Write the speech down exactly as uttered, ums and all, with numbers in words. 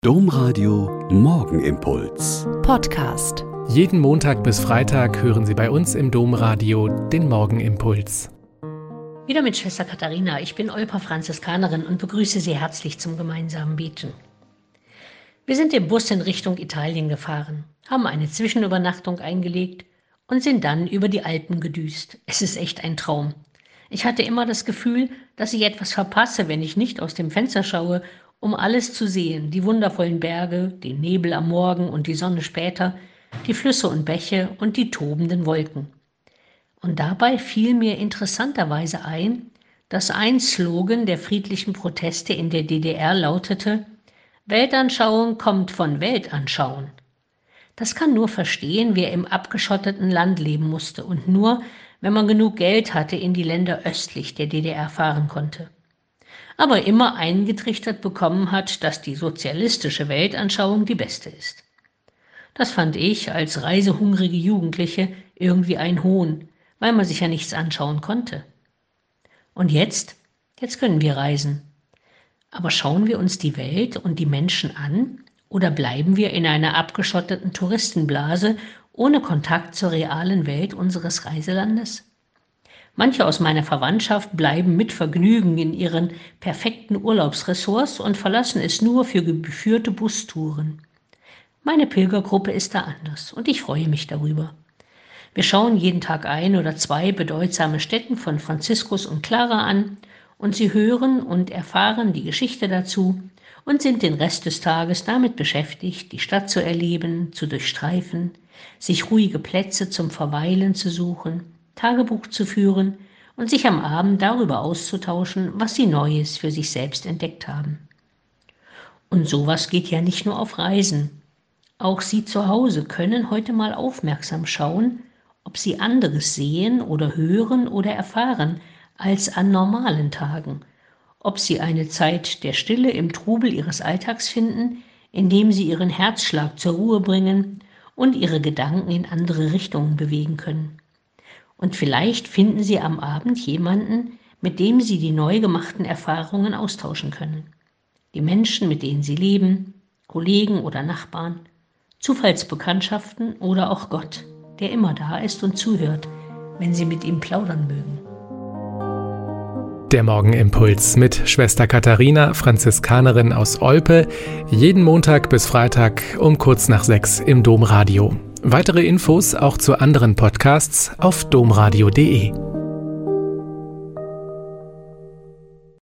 Domradio Morgenimpuls. Podcast. Jeden Montag bis Freitag hören Sie bei uns im Domradio den Morgenimpuls. Wieder mit Schwester Katharina. Ich bin Olpa Franziskanerin und begrüße Sie herzlich zum gemeinsamen Beten. Wir sind im Bus in Richtung Italien gefahren, haben eine Zwischenübernachtung eingelegt und sind dann über die Alpen gedüst. Es ist echt ein Traum. Ich hatte immer das Gefühl, dass ich etwas verpasse, wenn ich nicht aus dem Fenster schaue, um alles zu sehen, die wundervollen Berge, den Nebel am Morgen und die Sonne später, die Flüsse und Bäche und die tobenden Wolken. Und dabei fiel mir interessanterweise ein, dass ein Slogan der friedlichen Proteste in der D D R lautete: Weltanschauung kommt von Weltanschauen. Das kann nur verstehen, wer im abgeschotteten Land leben musste und nur, wenn man genug Geld hatte, in die Länder östlich der D D R fahren konnte. Aber immer eingetrichtert bekommen hat, dass die sozialistische Weltanschauung die beste ist. Das fand ich als reisehungrige Jugendliche irgendwie ein Hohn, weil man sich ja nichts anschauen konnte. Und jetzt? Jetzt können wir reisen. Aber schauen wir uns die Welt und die Menschen an oder bleiben wir in einer abgeschotteten Touristenblase ohne Kontakt zur realen Welt unseres Reiselandes? Manche aus meiner Verwandtschaft bleiben mit Vergnügen in ihren perfekten Urlaubsressorts und verlassen es nur für geführte Bustouren. Meine Pilgergruppe ist da anders und ich freue mich darüber. Wir schauen jeden Tag ein oder zwei bedeutsame Stätten von Franziskus und Clara an und sie hören und erfahren die Geschichte dazu und sind den Rest des Tages damit beschäftigt, die Stadt zu erleben, zu durchstreifen, sich ruhige Plätze zum Verweilen zu suchen, Tagebuch zu führen und sich am Abend darüber auszutauschen, was sie Neues für sich selbst entdeckt haben. Und sowas geht ja nicht nur auf Reisen. Auch Sie zu Hause können heute mal aufmerksam schauen, ob Sie anderes sehen oder hören oder erfahren als an normalen Tagen. Ob Sie eine Zeit der Stille im Trubel Ihres Alltags finden, indem Sie Ihren Herzschlag zur Ruhe bringen und Ihre Gedanken in andere Richtungen bewegen können. Und vielleicht finden Sie am Abend jemanden, mit dem Sie die neu gemachten Erfahrungen austauschen können. Die Menschen, mit denen Sie leben, Kollegen oder Nachbarn, Zufallsbekanntschaften oder auch Gott, der immer da ist und zuhört, wenn Sie mit ihm plaudern mögen. Der Morgenimpuls mit Schwester Katharina, Franziskanerin aus Olpe, jeden Montag bis Freitag um kurz nach sechs im Domradio. Weitere Infos auch zu anderen Podcasts auf domradio punkt de.